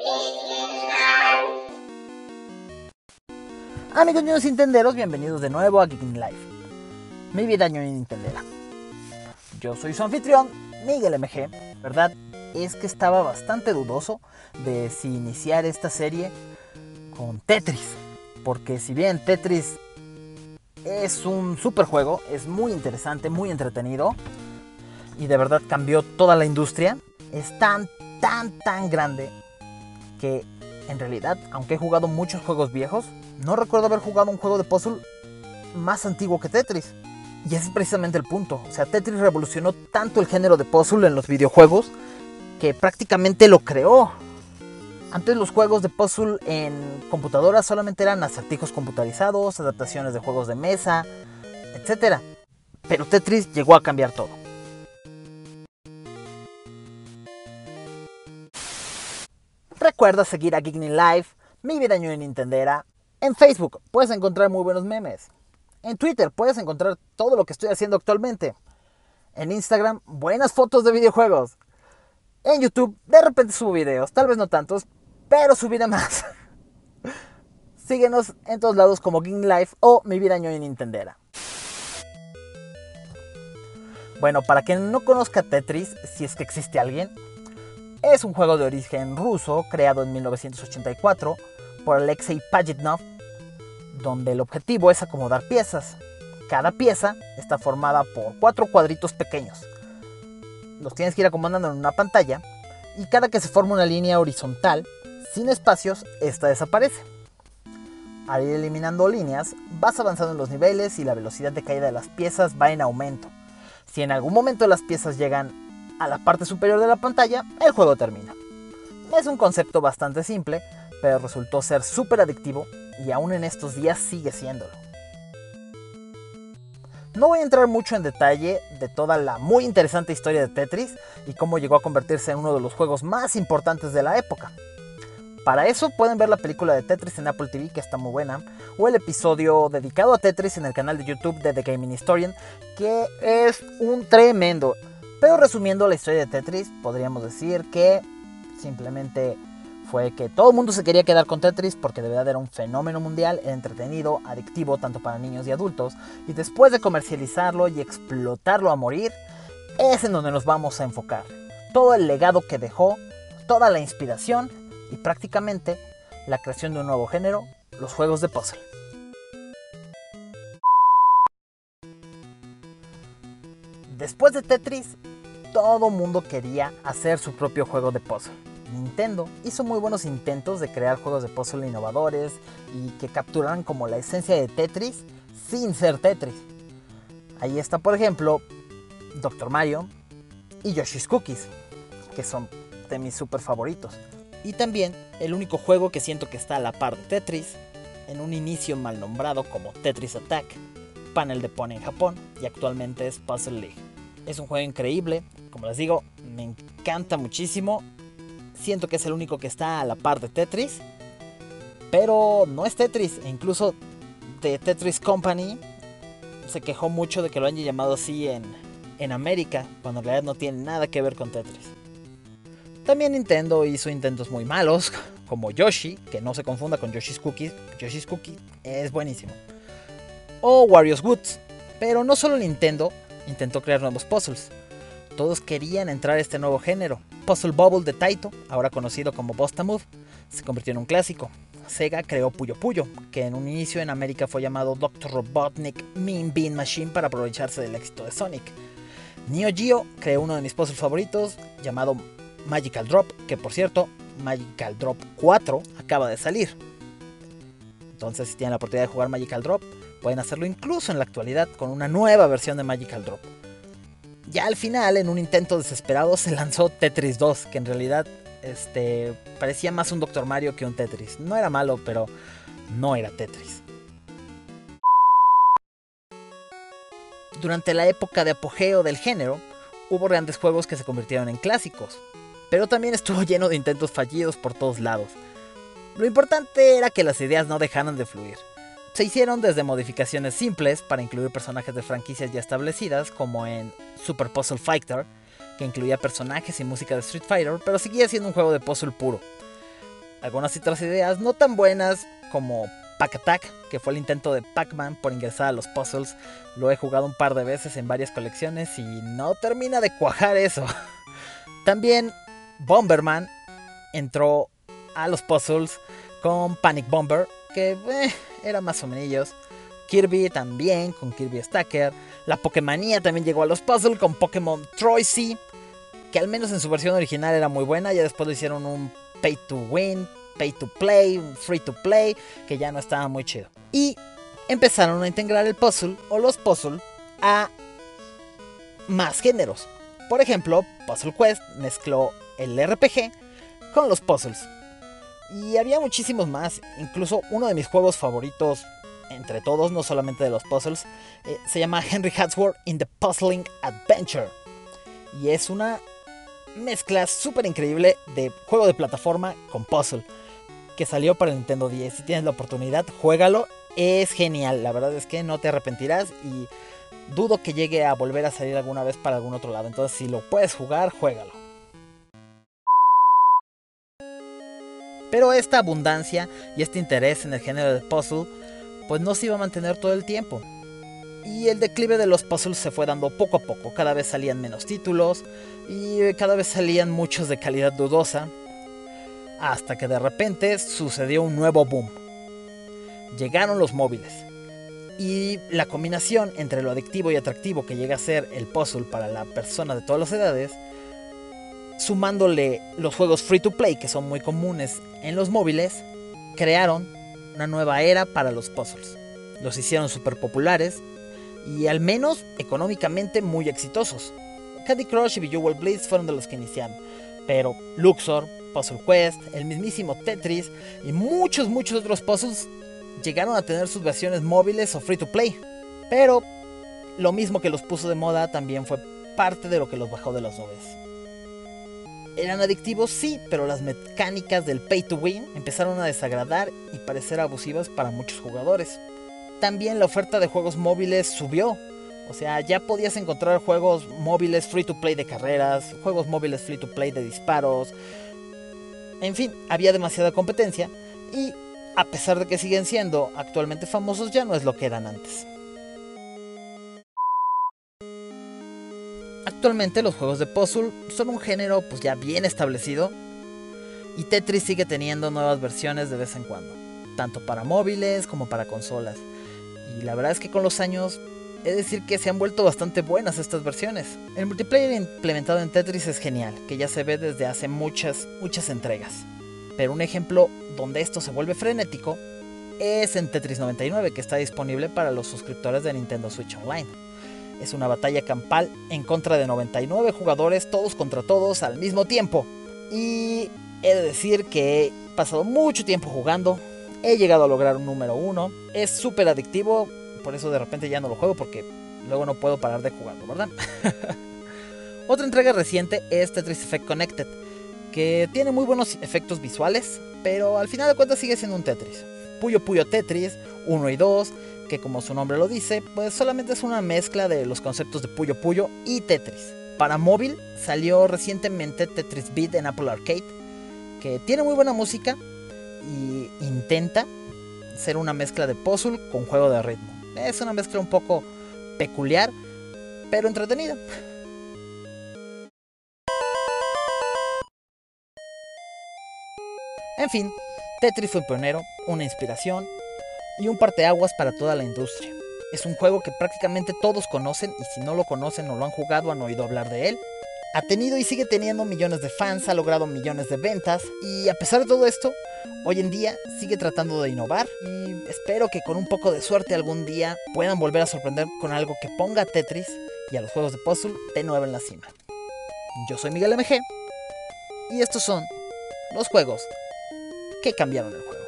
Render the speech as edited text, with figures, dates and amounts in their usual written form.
Amigos ñoños Nintenderos, bienvenidos de nuevo a Geeking Life, mi vida ñoña Nintendera. Yo soy su anfitrión, Miguel MG. Verdad es que estaba bastante dudoso de si iniciar esta serie con Tetris, porque si bien Tetris es un super juego, es muy interesante, muy entretenido y de verdad cambió toda la industria, es tan grande que en realidad, aunque he jugado muchos juegos viejos, no recuerdo haber jugado un juego de puzzle más antiguo que Tetris. Y ese es precisamente el punto. O sea, Tetris revolucionó tanto el género de puzzle en los videojuegos que prácticamente lo creó. Antes los juegos de puzzle en computadoras solamente eran acertijos computarizados, adaptaciones de juegos de mesa, etc. Pero Tetris llegó a cambiar todo. Recuerda seguir a Geeking Life, mi vida ñoña Nintendera. En Facebook puedes encontrar muy buenos memes. En Twitter puedes encontrar todo lo que estoy haciendo actualmente. En Instagram, buenas fotos de videojuegos. En YouTube, de repente subo videos, tal vez no tantos, pero subiré más. Síguenos en todos lados como Geeking Life o mi vida ñoña Nintendera. Bueno, para quien no conozca Tetris, si es que existe alguien, es un juego de origen ruso creado en 1984 por Alexei Pajitnov, donde el objetivo es acomodar piezas. Cada pieza está formada por 4 cuadritos pequeños. Los tienes que ir acomodando en una pantalla y cada que se forma una línea horizontal sin espacios, esta desaparece. Al ir eliminando líneas, vas avanzando en los niveles y la velocidad de caída de las piezas va en aumento. Si en algún momento las piezas llegan a la parte superior de la pantalla, el juego termina. Es un concepto bastante simple, pero resultó ser súper adictivo y aún en estos días sigue siéndolo. No voy a entrar mucho en detalle de toda la muy interesante historia de Tetris y cómo llegó a convertirse en uno de los juegos más importantes de la época. Para eso pueden ver la película de Tetris en Apple TV, que está muy buena, o el episodio dedicado a Tetris en el canal de YouTube de The Gaming Historian, que es un tremendo. Pero resumiendo la historia de Tetris, podríamos decir que simplemente fue que todo el mundo se quería quedar con Tetris porque de verdad era un fenómeno mundial, entretenido, adictivo tanto para niños y adultos, y después de comercializarlo y explotarlo a morir, es en donde nos vamos a enfocar. Todo el legado que dejó, toda la inspiración y prácticamente la creación de un nuevo género, los juegos de puzzle. Después de Tetris, todo mundo quería hacer su propio juego de puzzle. Nintendo hizo muy buenos intentos de crear juegos de puzzle innovadores y que capturaran como la esencia de Tetris sin ser Tetris. Ahí está, por ejemplo, Dr. Mario y Yoshi's Cookies, que son de mis super favoritos. Y también el único juego que siento que está a la par de Tetris, en un inicio mal nombrado como Tetris Attack, panel de Pony en Japón, y actualmente es Puzzle League. Es un juego increíble, como les digo, me encanta muchísimo. Siento que es el único que está a la par de Tetris, pero no es Tetris. E incluso The Tetris Company se quejó mucho de que lo hayan llamado así en América, cuando en realidad no tiene nada que ver con Tetris. También Nintendo hizo intentos muy malos, como Yoshi, que no se confunda con Yoshi's Cookies. Yoshi's Cookie es buenísimo. O Wario's Woods. Pero no solo Nintendo intentó crear nuevos puzzles. Todos querían entrar a este nuevo género. Puzzle Bobble de Taito, ahora conocido como Bust-a-Move, se convirtió en un clásico. Sega creó Puyo Puyo, que en un inicio en América fue llamado Dr. Robotnik Mean Bean Machine para aprovecharse del éxito de Sonic. Neo Geo creó uno de mis puzzles favoritos, llamado Magical Drop, que por cierto, Magical Drop 4 acaba de salir. Entonces, si tienen la oportunidad de jugar Magical Drop, pueden hacerlo incluso en la actualidad con una nueva versión de Magical Drop. Ya al final, en un intento desesperado, se lanzó Tetris 2, que en realidad parecía más un Dr. Mario que un Tetris. No era malo, pero no era Tetris. Durante la época de apogeo del género, hubo grandes juegos que se convirtieron en clásicos, pero también estuvo lleno de intentos fallidos por todos lados. Lo importante era que las ideas no dejaran de fluir. Se hicieron desde modificaciones simples para incluir personajes de franquicias ya establecidas, como en Super Puzzle Fighter, que incluía personajes y música de Street Fighter, pero seguía siendo un juego de puzzle puro. algunas otras ideas no tan buenas como Pack Attack, que fue el intento de Pac-Man por ingresar a los puzzles. Lo he jugado un par de veces en varias colecciones y no termina de cuajar eso. También Bomberman entró a los puzzles con Panic Bomber, que era más o menos. Kirby también con Kirby Stacker. La Pokémonía también llegó a los puzzles con Pokémon Troisy, que al menos en su versión original era muy buena. Ya después lo hicieron un Pay to Win, Pay to Play, un Free to Play, que ya no estaba muy chido. Y empezaron a integrar el puzzle o los puzzles a más géneros. Por ejemplo, Puzzle Quest mezcló el RPG con los puzzles. Y había muchísimos más. Incluso uno de mis juegos favoritos entre todos, no solamente de los puzzles, se llama Henry Hadsworth in the Puzzling Adventure. Y es una mezcla súper increíble de juego de plataforma con puzzle, que salió para el Nintendo 10. Si tienes la oportunidad, juégalo. Es genial, la verdad es que no te arrepentirás y dudo que llegue a volver a salir alguna vez para algún otro lado. Entonces, si lo puedes jugar, juégalo. Pero esta abundancia y este interés en el género de puzzle pues no se iba a mantener todo el tiempo. Y el declive de los puzzles se fue dando poco a poco. Cada vez salían menos títulos y cada vez salían muchos de calidad dudosa. Hasta que de repente sucedió un nuevo boom. Llegaron los móviles. Y la combinación entre lo adictivo y atractivo que llega a ser el puzzle para la persona de todas las edades, sumándole los juegos free to play que son muy comunes en los móviles, crearon una nueva era para los puzzles. Los hicieron súper populares y al menos económicamente muy exitosos. Candy Crush y Bejeweled Blitz fueron de los que iniciaron, pero Luxor, Puzzle Quest, el mismísimo Tetris y muchos otros puzzles llegaron a tener sus versiones móviles o free to play. Pero lo mismo que los puso de moda también fue parte de lo que los bajó de las nubes. Eran adictivos, sí, pero las mecánicas del pay to win empezaron a desagradar y parecer abusivas para muchos jugadores. También la oferta de juegos móviles subió. O sea, ya podías encontrar juegos móviles free to play de carreras, juegos móviles free to play de disparos. En fin, había demasiada competencia y a pesar de que siguen siendo actualmente famosos, ya no es lo que eran antes. Actualmente los juegos de puzzle son un género pues ya bien establecido y Tetris sigue teniendo nuevas versiones de vez en cuando, tanto para móviles como para consolas. Y la verdad es que con los años he de decir que se han vuelto bastante buenas estas versiones. El multiplayer implementado en Tetris es genial, que ya se ve desde hace muchas entregas. Pero un ejemplo donde esto se vuelve frenético es en Tetris 99, que está disponible para los suscriptores de Nintendo Switch Online. Es una batalla campal en contra de 99 jugadores, todos contra todos al mismo tiempo. Y he de decir que he pasado mucho tiempo jugando, he llegado a lograr un número 1, es súper adictivo, por eso de repente ya no lo juego porque luego no puedo parar de jugarlo, ¿verdad? Otra entrega reciente es Tetris Effect Connected, que tiene muy buenos efectos visuales, pero al final de cuentas sigue siendo un Tetris. Puyo Puyo Tetris 1 y 2, que como su nombre lo dice, pues solamente es una mezcla de los conceptos de Puyo Puyo y Tetris. Para móvil salió recientemente Tetris Beat en Apple Arcade, que tiene muy buena música y intenta ser una mezcla de puzzle con juego de ritmo. Es una mezcla un poco peculiar, pero entretenida. En fin, Tetris fue un pionero, una inspiración y un parteaguas para toda la industria. Es un juego que prácticamente todos conocen y si no lo conocen o lo han jugado han oído hablar de él. Ha tenido y sigue teniendo millones de fans, ha logrado millones de ventas y a pesar de todo esto, hoy en día sigue tratando de innovar y espero que con un poco de suerte algún día puedan volver a sorprender con algo que ponga a Tetris y a los juegos de puzzle de nuevo en la cima. Yo soy Miguel MG y estos son los juegos que cambiaron el juego.